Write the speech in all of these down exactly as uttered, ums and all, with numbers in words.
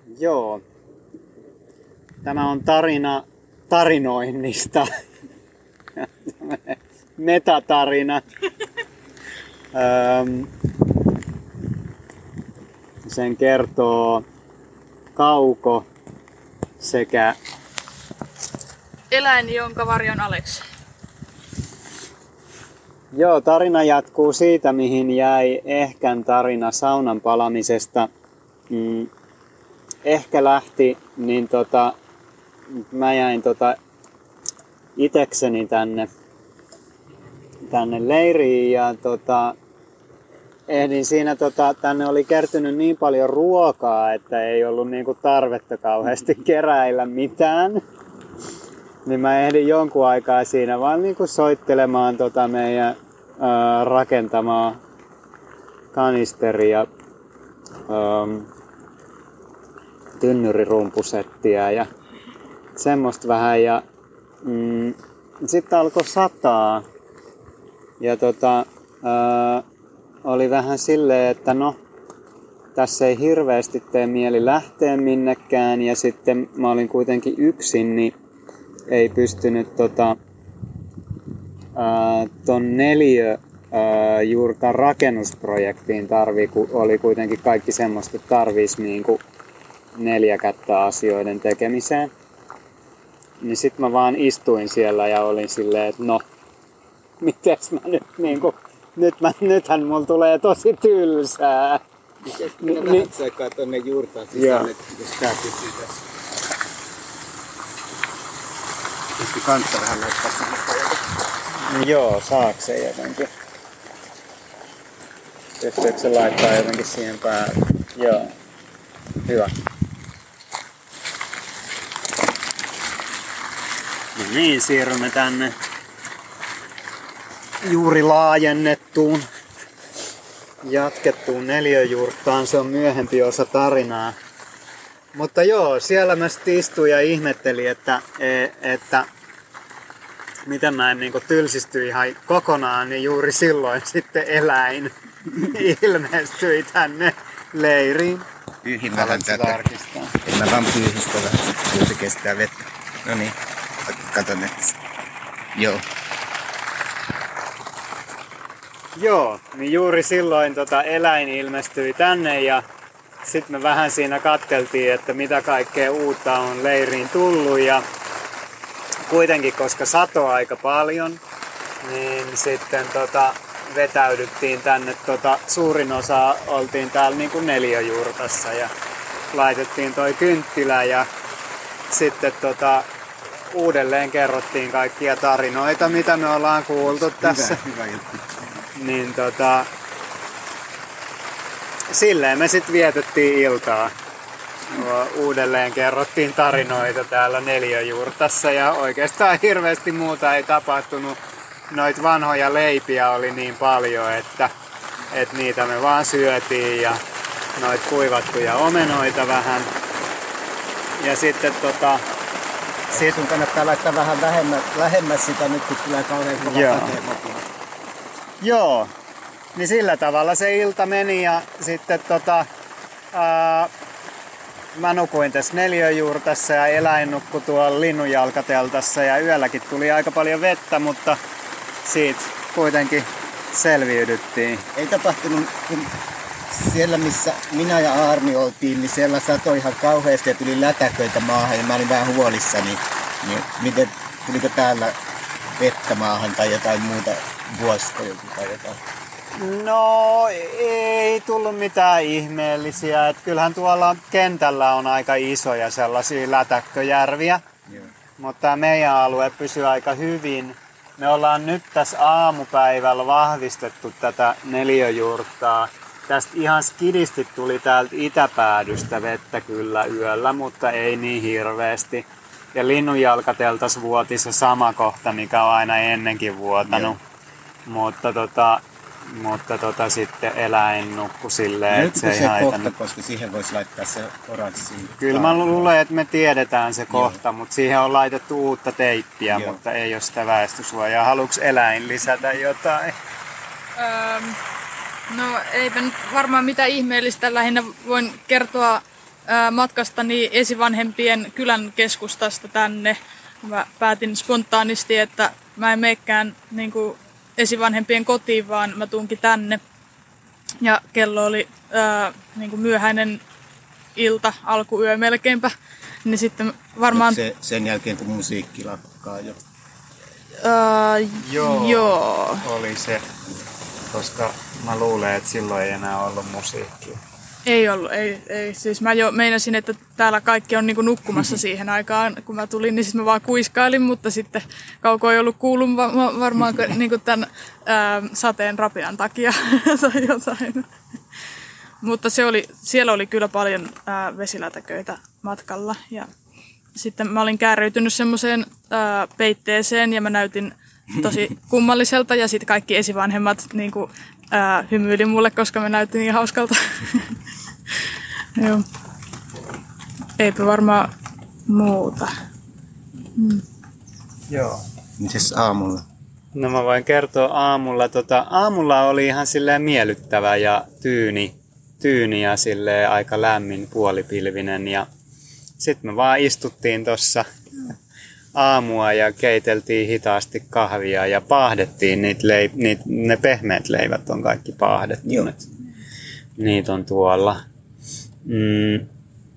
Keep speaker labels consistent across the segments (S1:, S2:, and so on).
S1: Joo. Tämä on tarina tarinoinnista. Metatarina. Öm, sen kertoo Kauko sekä
S2: Eläin, jonka varjon Aleksi.
S1: Joo, tarina jatkuu siitä, mihin jäi Ehkän tarina saunan palamisesta. Mm, Ehkä lähti, niin tota, mä jäin tota itekseni tänne, tänne leiriin ja tota, ehdin siinä, tota, tänne oli kertynyt niin paljon ruokaa, että ei ollut niinku tarvetta kauheasti keräillä mitään. Niin mä ehdin jonkun aikaa siinä vaan niinku soittelemaan tota meidän ää, rakentamaa kanisteria, ää, tynnyrirumpusettiä ja semmoista vähän. Ja mm, sitten alkoi sataa. Ja tota, ää, oli vähän silleen, että no, tässä ei hirveästi tee mieli lähteä minnekään. Ja sitten mä olin kuitenkin yksin, niin ei pystynyt tota, ää, ton neljä ää, juurta rakennusprojektiin tarvii, kun oli kuitenkin kaikki semmoista, että tarvisi niinku neljä kättä asioiden tekemiseen. Niin sit mä vaan istuin siellä ja olin silleen, että no, mites mä nyt niinku, nyt mä, nythän mulla tulee tosi tylsää.
S3: Mites minä vähän ni- tsekaa tonne juurtaan sisään, että jos tää pysyy tässä. Pisti kantta vähän laittaa sinne.
S1: Joo, saaks se jotenkin? Pystyykö se laittaa jotenkin siihen päälle? Joo. Hyvä. No niin, siirrymme tänne juuri laajennettuun, jatkettuun neliöjuurtaan. Se on myöhempi osa tarinaa. Mutta joo, siellä mä sitten istuin ja ihmettelin, että, että miten mä en niinku tylsisty ihan kokonaan, niin juuri silloin sitten eläin ilmestyi tänne leiriin.
S3: Pyyhin vähän tätä. En mä vaan pyyhistä vähän, kun se kestää vettä. No niin, katon nyt. Joo.
S1: Joo, niin juuri silloin tota eläin ilmestyi tänne ja sitten me vähän siinä katteltiin, että mitä kaikkea uutta on leiriin tullut ja kuitenkin, koska satoi aika paljon, niin sitten tota, vetäydyttiin tänne. Tota, suurin osa oltiin täällä niin kuin neliöjuurtassa ja laitettiin toi kynttilä ja sitten tota, uudelleen kerrottiin kaikkia tarinoita, mitä me ollaan kuultu tässä.
S3: Hyvä, hyvä juttu.
S1: Niin tota, silleen me sitten vietettiin iltaa. Uudelleen kerrottiin tarinoita täällä neliöjuurtassa ja oikeastaan hirveästi muuta ei tapahtunut. Noit vanhoja leipiä oli niin paljon, että, että niitä me vaan syötiin ja noit kuivattuja omenoita vähän. Ja sitten tota...
S3: Sit... Sun kannattaa laittaa vähän vähemmän, lähemmäs sitä nyt, kun tulee kauhean kova sateen.
S1: Joo. Niin sillä tavalla se ilta meni ja sitten tota... Ää, mä nukuin tässä neliöjuurtassa ja eläin nukkui tuolla linnunjalkateltassa ja yölläkin tuli aika paljon vettä, mutta siitä kuitenkin selviydyttiin.
S3: Ei tapahtunut, kun siellä missä minä ja Aarni oltiin, niin siellä satoi ihan kauheasti ja tuli lätäköitä maahan ja mä olin vähän huolissani. Niin miten, tuliko täällä vettä maahan tai jotain muuta, vuosta joku tai jotain?
S1: No ei tullut mitään ihmeellisiä. Et kyllähän tuolla kentällä on aika isoja sellaisia lätäkköjärviä.
S3: Joo.
S1: Mutta meidän alue pysyy aika hyvin. Me ollaan nyt tässä aamupäivällä vahvistettu tätä neliöjuurtaa. Tästä ihan skidisti tuli täältä itäpäädystä vettä kyllä yöllä, mutta ei niin hirveästi. Ja linnunjalkateltas vuoti se sama kohta, mikä on aina ennenkin vuotanut. Mutta tota... Mutta tota sitten eläin nukkui silleen, että se ei
S3: se
S1: haitannut.
S3: kohta, koska siihen voisi laittaa se oranssi.
S1: Kyllä mä luulen, että me tiedetään se kohta, mutta siihen on laitettu uutta teippiä, Joo. mutta ei ole sitä väestösuojaa. Haluatko eläin lisätä jotain?
S2: Öö, no eipä nyt varmaan mitään ihmeellistä. Lähinnä voin kertoa ää, matkastani esivanhempien kylän keskustasta tänne. Mä päätin spontaanisti, että mä en meekään niin kuin esivanhempien kotiin, vaan mä tuunkin tänne. Ja kello oli ää, niin kuin myöhäinen ilta, alkuyö melkeinpä. Niin sitten varmaan...
S3: Se, sen jälkeen kun musiikki lakkaa jo.
S2: Ää,
S1: Joo,
S2: joo,
S1: oli se, koska mä luulen, että silloin ei enää ollut musiikkia.
S2: ei ollut, ei, ei. Siis mä jo meinasin, että täällä kaikki on niinku nukkumassa siihen aikaan, kun mä tulin, niin sitten mä vaan kuiskailin, mutta sitten Kauko ei ollut kuullut va- varmaan niinku tämän ää, sateen rapian takia tai jotain. Mutta se oli, siellä oli kyllä paljon ää, vesilätäköitä matkalla ja sitten mä olin kääriytynyt semmoiseen ää, peitteeseen ja mä näytin tosi kummalliselta ja sitten kaikki esivanhemmat niinku, ää, hymyili mulle, koska mä näytin niin hauskalta. Joo. Eipä varmaan muuta. Mm.
S1: Joo.
S3: Mites aamulla?
S1: No mä voin kertoa aamulla. Tota, aamulla oli ihan silleen miellyttävä ja tyyni, tyyni ja silleen aika lämmin puolipilvinen. Ja sitten me vaan istuttiin tossa aamua ja keiteltiin hitaasti kahvia ja paahdettiin niitä leip- niitä, ne pehmeät leivät on kaikki paahdettu.
S3: Joo.
S1: Nyt. Niitä on tuolla. Mm.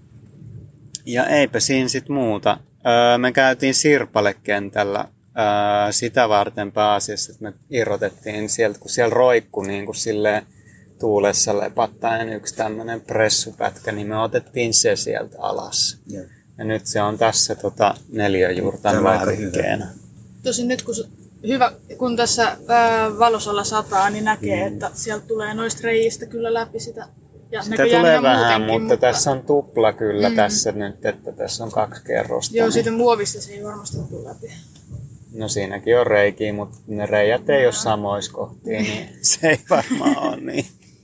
S1: Ja eipä siinä sit muuta. Öö, me käytiin Sirpalekentällä öö, sitä varten pääasiassa, että me irrotettiin sieltä, kun siellä roikku niin kuin silleen tuulessa lepattaen yksi tämmönen pressupätkä, niin me otettiin se sieltä alas.
S3: Joo.
S1: Ja nyt se on tässä tota, neliöjuurtan vahvikkeena.
S2: Tosin nyt kun, hyvä, kun tässä ää, valosolla sataa, niin näkee, mm. että sieltä tulee noista reiistä kyllä läpi sitä. Ja
S1: sitä tulee vähän, mutta, mutta tässä on tupla kyllä mm. tässä nyt, että tässä on kaksi kerrosta.
S2: Joo,
S1: niin.
S2: siitä muovista se ei varmasti tule läpi.
S1: No siinäkin on reikiä, mutta ne reijät ei ole samoissa kohtiin, niin se ei varmaan ole niin.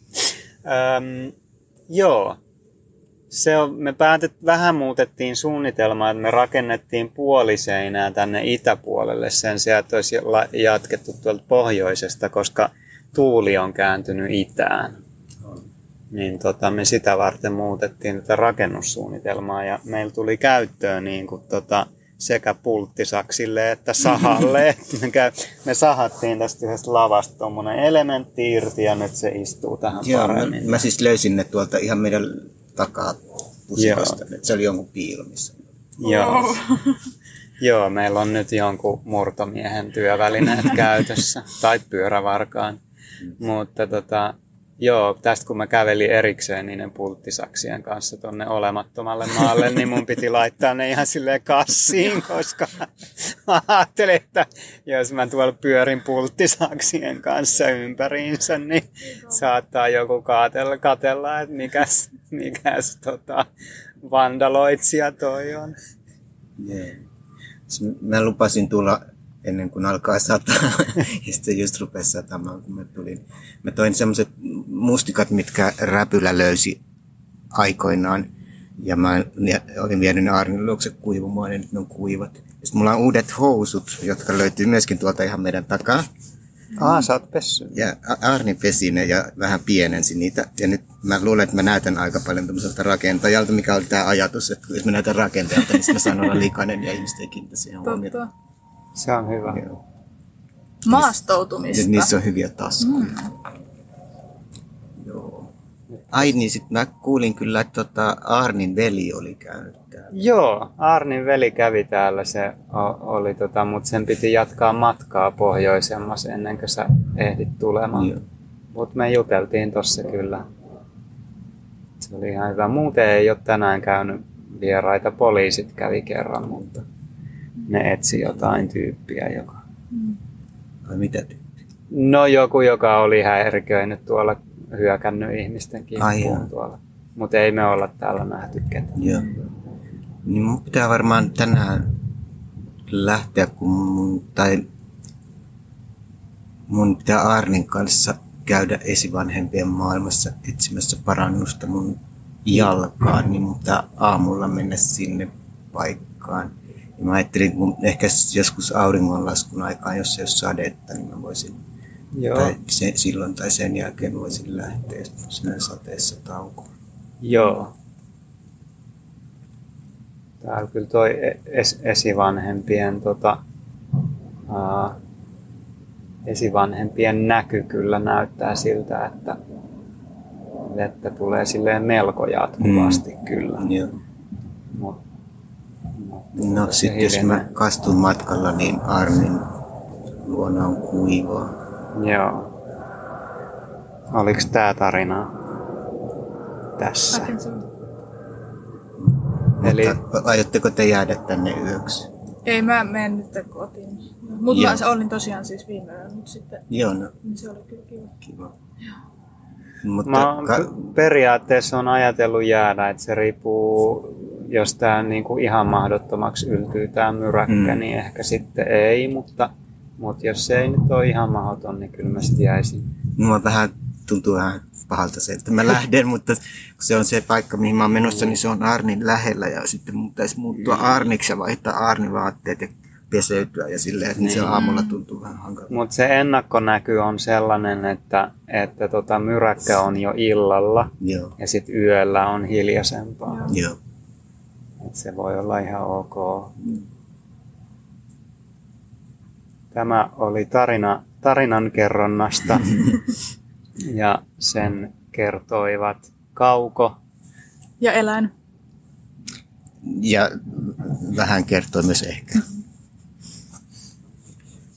S1: Öm, joo. Se on, me päätet, vähän muutettiin suunnitelmaa, että me rakennettiin puoliseinää tänne itäpuolelle sen sijaan, että olisi jatkettu tuolta pohjoisesta, koska tuuli on kääntynyt itään. Niin tota, me sitä varten muutettiin tätä rakennussuunnitelmaa ja meillä tuli käyttöön niin kuin, tota, sekä pulttisaksille että sahalle. me, käy, me sahattiin tästä yhdestä lavasta tuommoinen elementti irti ja nyt se istuu tähän
S3: Joo,
S1: paremmin.
S3: mä, mä siis löysin ne tuolta ihan meidän takaa pusikosta. Se oli jonkun piilo missä.
S1: Joo. Joo, meillä on nyt jonkun murtomiehen työvälineet käytössä tai pyörävarkaan. Mm. Mutta tota, joo, tästä kun mä kävelin erikseen niiden pulttisaksien kanssa tonne olemattomalle maalle, niin mun piti laittaa ne ihan silleen kassiin, koska mä ajattelin, että jos mä tuolla pyörin pulttisaksien kanssa ympäriinsä, niin saattaa joku kaatella, katella, että mikäs, mikäs tota, vandaloitsija toi on.
S3: Yeah. Mä lupasin tulla ennen kuin alkaa sataa, ja sitten just rupesi satamaan, kun mä tulin. Mä toin semmoiset mustikat, mitkä räpylä löysi aikoinaan, ja mä olin vienyt ne Arnin luokse kuivumaan, ja nyt ne on kuivat. Ja sitten mulla on uudet housut, jotka löytyy myöskin tuolta ihan meidän takaa.
S1: Aa, sä oot pessy.
S3: Ja Arni pesi ne ja vähän pienensi niitä. Ja nyt mä luulen, että mä näytän aika paljon tämmöiseltä rakentajalta, mikä oli tää ajatus, että jos mä näytän rakentajalta, niin sitten mä saan olla likainen ja ihmiset ei kiinnitä siihen huomiota.
S1: Se on hyvä.
S3: Joo.
S2: Maastoutumista.
S3: Niissä on hyviä taskuja. Mm. Joo. Ai niin, sit mä kuulin kyllä, että tota Arnin veli oli käynyt täällä.
S1: Joo, Arnin veli kävi täällä, se oli, tota, mutta sen piti jatkaa matkaa pohjoisemmassa ennen kuin sä ehdit tulemaan. Mutta me juteltiin tossa kyllä. Se oli ihan hyvä. Muuten ei ole tänään käynyt vieraita. Poliisit kävi kerran, mutta ne etsi jotain tyyppiä, joka...
S3: Ai mitä tyyppiä?
S1: No joku, joka oli häiriköinyt tuolla, hyökännyt ihmisten kimppuun tuolla. Mutta ei me olla täällä nähty ketään.
S3: Joo. Niin mun pitää varmaan tänään lähteä, kun mun, tai mun pitää Arnin kanssa käydä esivanhempien maailmassa etsimässä parannusta mun jalkaan, niin mun pitää aamulla mennä sinne paikkaan. Ja mä ajattelin, että mun ehkä joskus auringonlaskun aikaan, jos ei ole sadetta, niin mä voisin, Joo. tai se, silloin tai sen jälkeen voisin lähteä sinne sateessa taukoon.
S1: Joo. Täällä kyllä toi es- esivanhempien, tota, ää, esivanhempien näky kyllä näyttää siltä, että vettä tulee silleen melko jatkuvasti mm. kyllä.
S3: Joo.
S1: Mut, mut,
S3: no sitten jos mä kastun matkalla, niin Arnin luona on kuivaa.
S1: Joo. Oliko tää tarina tässä?
S3: Eli aiotteko te jäädä tänne yöksi?
S2: Ei, mä menen nyt kotiin. Mutta mä olin tosiaan siis viime yönä, mutta sitten
S3: Joo, no.
S2: niin se oli kyllä kiva.
S3: Kiva. Mutta
S1: mä
S3: ka-
S1: periaatteessa on ajatellut jäädä, että se riippuu, jos tää niinku ihan mahdottomaksi yltyy tää myräkkä, mm. niin ehkä sitten ei, mutta, mutta jos se ei nyt ole ihan mahdoton, niin kyllä mä sitten jäisin.
S3: Mua vähän tuntuu vähän pahalta se, että mä lähden, mutta kun se on se paikka, mihin mä oon menossa, niin se on Arnin lähellä ja sitten mun pitäisi muuttua Arniksi ja vaihtaa Arnin vaatteet ja peseytyä ja silleen, että niin. se aamulla tuntuu vähän hankalta.
S1: Mutta se ennakkonäky on sellainen, että, että tota myräkkä on jo illalla.
S3: Joo.
S1: Ja sitten yöllä on hiljaisempaa.
S3: Joo.
S1: Et se voi olla ihan ok. Tämä oli tarina tarinan kerronnasta ja sen kertoivat Kauko
S2: ja Eläin.
S3: Ja vähän kertoi myös ehkä